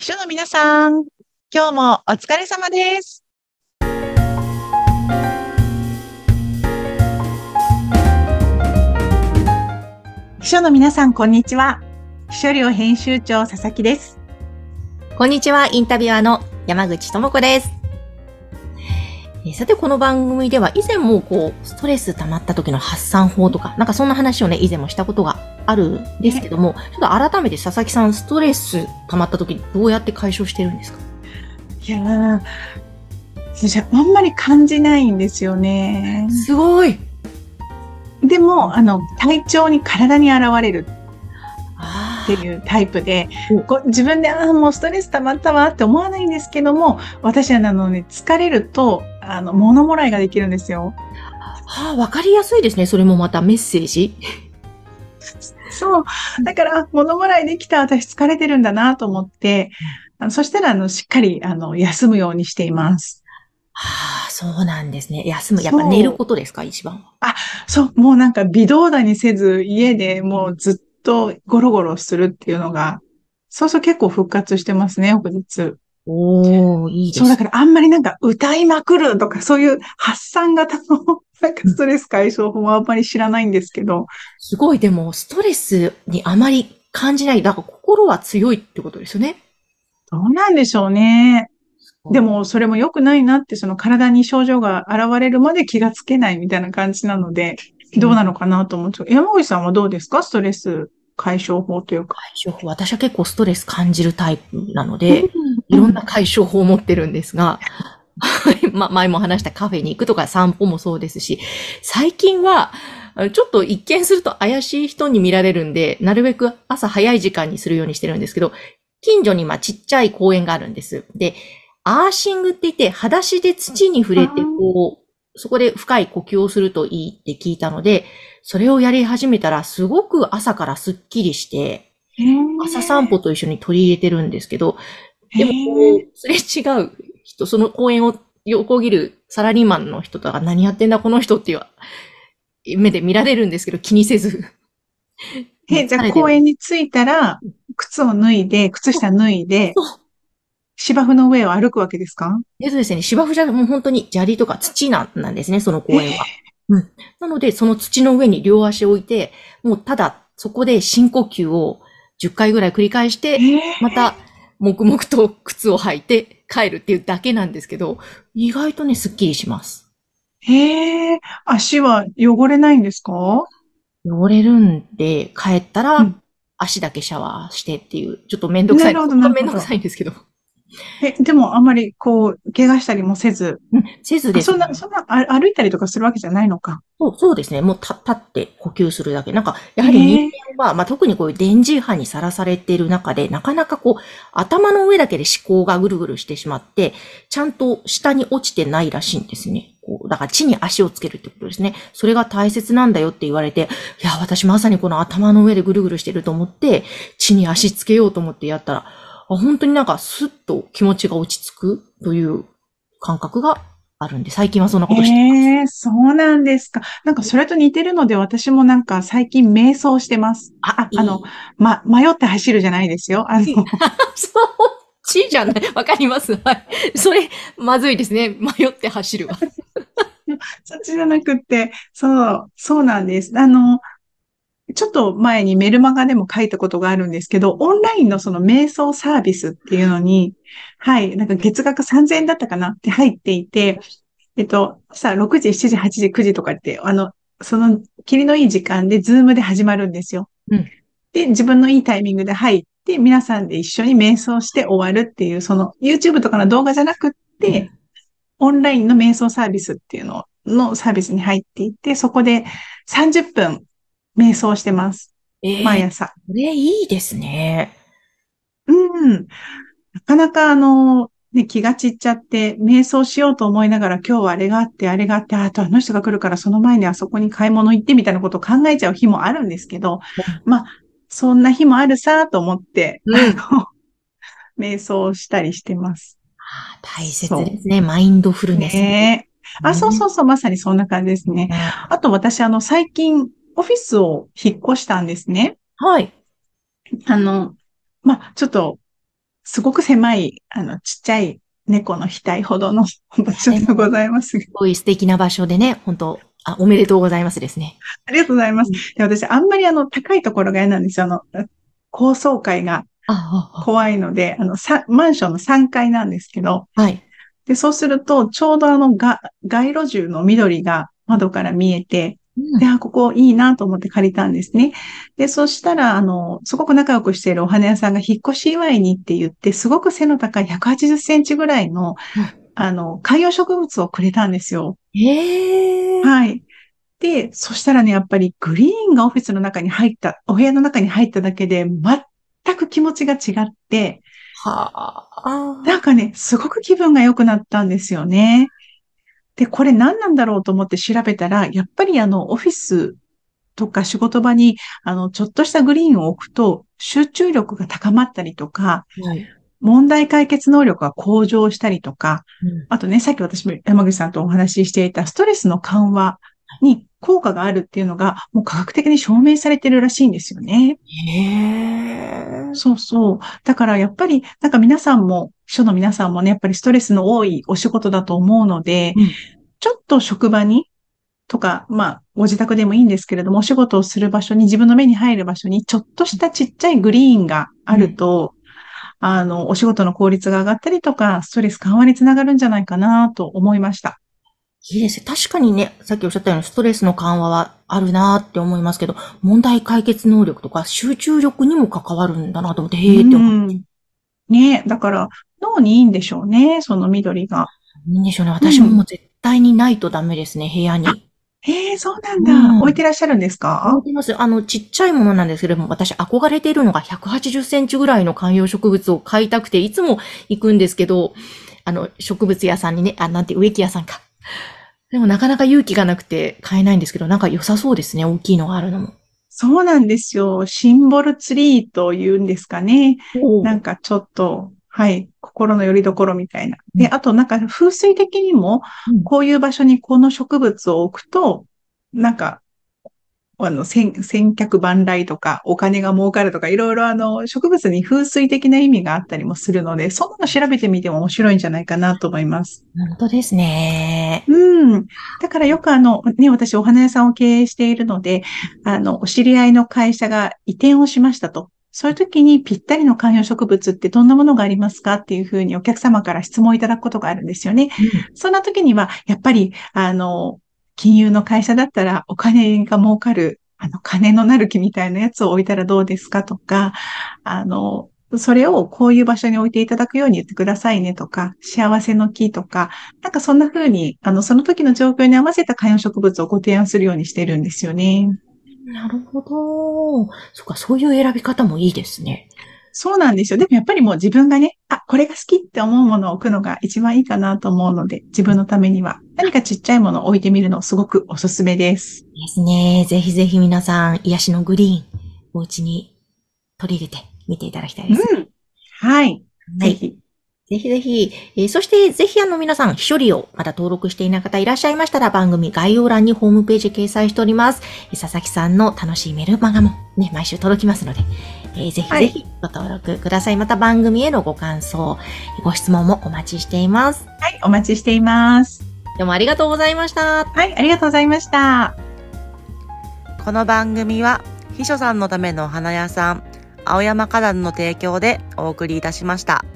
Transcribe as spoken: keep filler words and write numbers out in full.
秘書の皆さん、今日もお疲れ様です。秘書の皆さん、こんにちは。秘書寮編集長佐々木です。 こんにちは、インタビュアーの山口智子です。えー、さて、この番組では以前もこう、ストレス溜まった時の発散法とか、なんかそんな話をね、以前もしたことがあるんですけども、ちょっと改めて佐々木さん、ストレス溜まった時どうやって解消してるんですか？ いやー、私あんまり感じないんですよね。 すごい。 でも、あの、体調に体に現れるっていうタイプで、こう自分で、ああ、もうストレス溜まったわって思わないんですけども、私はあのね、疲れると、あの、物もらいができるんですよ。 はあ、わかりやすいですね。それもまたメッセージ。 そう。だから、物もらいできた、私疲れてるんだなと思って、あのそしたら、あの、しっかり、あの、休むようにしています。 はあ、そうなんですね。休む。やっぱ寝るそう。 ことですか、一番は。 あ、そう。もうなんか微動だにせず、家でもうずっとゴロゴロするっていうのが、そうそう結構復活してますね、翌日。 おー、いいでそう、だす。 からあんまりなんか歌いまくるとか、そういう発散型の、なんかストレス解消法はあんまり知らないんですけど。 すごい、でも、ストレスにあまり感じない。だから心は強いってことですよね。 どうなんでしょうね。でも、それも良くないなって、その体に症状が現れるまで気がつけないみたいな感じなので、どうなのかなと思って。山口さんはどうですか？ストレス解消法というか。 解消法、私は結構ストレス感じるタイプなのうで、いろんなん、 解消法を持ってるんですが、ま、前も話したカフェに行くとか散歩もそうですし、最近は、ちょっと一見すると怪しい人に見られるんで、なるべく朝早い時間にするようにしてるんですけど、近所にまあちっちゃい公園があるんです。で、アーシングって言って、裸足で土に触れて、こう、そこで深い呼吸をするといいって聞いたので、それをやり始めたら、すごく朝からスッキリして、 へ朝散歩と一緒に取り入れてるんですけど、 え、 でもへえ、 こう、すれ違う人、その公園を横切るサラリーマンの人とか何やってんだこの人っていう目で見られるんですけど、気にせず。もうえ、じゃあ疲れてる。 公園に着いたら、靴を脱いで、靴下脱いで、 そう。 芝生の上を歩くわけですか？ えっとですね、芝生じゃもう本当に砂利とか土なんなんですね、その公園は。うん。なので、その土の上に両足を置いて、もうただ、そこで深呼吸をじゅっかいぐらい繰り返して、 ええ、 また、黙々と靴を履いて帰るっていうだけなんですけど、意外とね、スッキリします。 へえ、足は汚れないんですか？ 汚れるんで、帰ったら、 うん。 足だけシャワーしてっていう、ちょっとめんどくさい。 なるほど、 本当めんどくなるほど。 さいんですけど。 え、でもあんまりこう、怪我したりもせず、 うん、せずあ、 ですね。 そんな、そんな、あ歩いたりとかするわけじゃないのか。 そう、そうですね。もうた立って呼吸するだけ。なんか、やはり人へえ、 間は、まあ、特にこういう電磁波にさらされている中で、なかなかこう、頭の上だけで思考がぐるぐるしてしまって、ちゃんと下に落ちてないらしいんですね。こう、だから地に足をつけるってことですね。それが大切なんだよって言われて、いや、私まさにこの頭の上でぐるぐるしてると思って、地に足つけようと思ってやったら、あ、本当になんかスッと気持ちが落ち着くという感覚があるんで、最近はそんなことしてます。 へえ、そうなんですか。なんかそれと似てるので、私もなんか最近瞑想してます。 あ、 あ、あの、 いい。 ま、迷って走るじゃないですよ。あの、 そっちじゃない。わかります。はい。それ、まずいですね。迷って走るわ。 そっちじゃなくって、そう、そうなんです。あの、ちょっと前にメルマガでも書いたことがあるんですけど、オンラインのその瞑想サービスっていうのに、はい、なんか月額さんぜんえんだったかなって入っていて、えっと、朝ろくじ、しちじ、はちじ、くじとかって、あの、その、霧のいい時間でズームで始まるんですよ。 うん。 で、自分のいいタイミングで入って、皆さんで一緒に瞑想して終わるっていう、その YouTube とかの動画じゃなくって、オンラインの瞑想サービスっていうののサービスに入っていて、そこでさんじゅっぷん瞑想してます。 ええ、 毎朝。 これいいですね。 うん。なかなかあの、ね、気が散っちゃって、瞑想しようと思いながら今日はあれがあって、あれがあって、あとあの人が来るからその前にあそこに買い物行ってみたいなことを考えちゃう日もあるんですけど、まあ、そんな日もあるさと思って、 うん。 あの、瞑想したりしてます。 あ、大切でそすね。マインドフう。 ルネス。 ねえ。あ、そうそね。 うそう、まさにそんな感じですね。 ね、 あと私、あの、最近、オフィスを引っ越したんですね。 はい。 あの、まあ、ちょっと、 すごく狭い、あの、ちっちゃい猫の額ほどの場所でございます。 すごい素敵な場所でね、本当あ、おめでとうございますですね。 ありがとうございます。で、私、あんまりあの、高いところが嫌なんですよ。あの、高層階があ怖いので、あの、さ、マンションのさんがいなんですけど、 あ、はい。 で、そうすると、ちょうどあの、が、街路樹の緑が窓から見えて、で、 うん。 あ、ここいいなと思って借りたんですね。で、そしたら、あの、すごく仲良くしているお花屋さんが引っ越し祝いにって言って、すごく背の高いひゃくはちじゅっセンチぐらいの、あの、観葉植物をくれたんですよ。 ええ、 はい。で、そしたらね、やっぱりグリーンがオフィスの中に入った、お部屋の中に入っただけで、全く気持ちが違って、 はあ。 なんかね、すごく気分が良くなったんですよね。で、これ何なんだろうと思って調べたら、やっぱりあの、オフィスとか仕事場に、あの、ちょっとしたグリーンを置くと、集中力が高まったりとか、 はい。 問題解決能力が向上したりとか、 うん。 あとね、さっき私も山口さんとお話ししていたストレスの緩和に効果があるっていうのが、もう科学的に証明されてるらしいんですよね。 へえ。 そうそう。だからやっぱり、なんか皆さんも、秘書の皆さんもね、やっぱりストレスの多いお仕事だと思うので、 うん。 ちょっと職場に、とか、まあ、ご自宅でもいいんですけれども、お仕事をする場所に、自分の目に入る場所に、ちょっとしたちっちゃいグリーンがあうん。 ると、あの、お仕事の効率が上がったりとか、ストレス緩和につながるんじゃないかなと思いました。 いいですね。確かにね、さっきおっしゃったようにストレスの緩和はあるなって思いますけど、問題解決能力とか集中力にも関わるんだなと思って、 うへーって思ん。ね、だから脳にいいんでしょうね、その緑が。 う。いいんでしょうね。 うん。 私ももう絶対にないとダメですね、部屋あ、 に。 へえ、そうなんだ。置いうん。 てらっしゃるんですか？ 置いてます。あの、ちっちゃいものなんですけれども、私憧れているのがひゃくはちじゅっセンチぐらいの観葉植物を買いたくて、いつも行くんですけど、あの、植物屋さんにね、あ、なんて、植木屋さんか。でもなかなか勇気がなくて買えないんですけど、なんか良さそうですね、大きいのがあるのも。 そうなんですよ。シンボルツリーというんですかね。 おお。 なんかちょっと、はい、心の拠り所みたいな。で、 うん。 あとなんか風水的にも、 うん。 こういう場所にこの植物を置くと、なんかあの、千、千客万来とか、お金が儲かるとか、いろいろあの、植物に風水的な意味があったりもするので、そんなの調べてみても面白いんじゃないかなと思います。 本当ですね。 うん。だからよくあの、ね、私お花屋さんを経営しているので、あの、お知り合いの会社が移転をしましたと。そういう時にぴったりの観葉植物ってどんなものがありますかっていうふうにお客様から質問をいただくことがあるんですよね。 うん。 そんな時には、やっぱり、あの、金融の会社だったらお金が儲かる、あの、金のなる木みたいなやつを置いたらどうですかとか、あの、それをこういう場所に置いていただくように言ってくださいねとか、幸せの木とか、なんかそんな風に、あの、その時の状況に合わせた観葉植物をご提案するようにしてるんですよね。 なるほど。そっか、そういう選び方もいいですね。 そうなんですよ。でもやっぱりもう自分がね、あ、これが好きって思うものを置くのが一番いいかなと思うので、自分のためには何かちっちゃいものを置いてみるのすごくおすすめです。 ですね。ぜひぜひ皆さん、癒しのグリーン、お家に取り入れてみていただきたいですね。 うん。はい。 はい。 ぜひ。 ぜひぜひ、えーそしてぜひあの皆さん、秘書利をまだ登録していない方いらっしゃいましたら番組概要欄にホームページ掲載しております。えー佐々木さんの楽しいメルマガもね、毎週届きますので、えーぜひはい。 ぜひご登録ください。また番組へのご感想、ご質問もお待ちしています。 はい。お待ちしています。 どうもありがとうございました。 はい。ありがとうございました。 この番組は秘書さんのためのお花屋さん青山花壇の提供でお送りいたしました。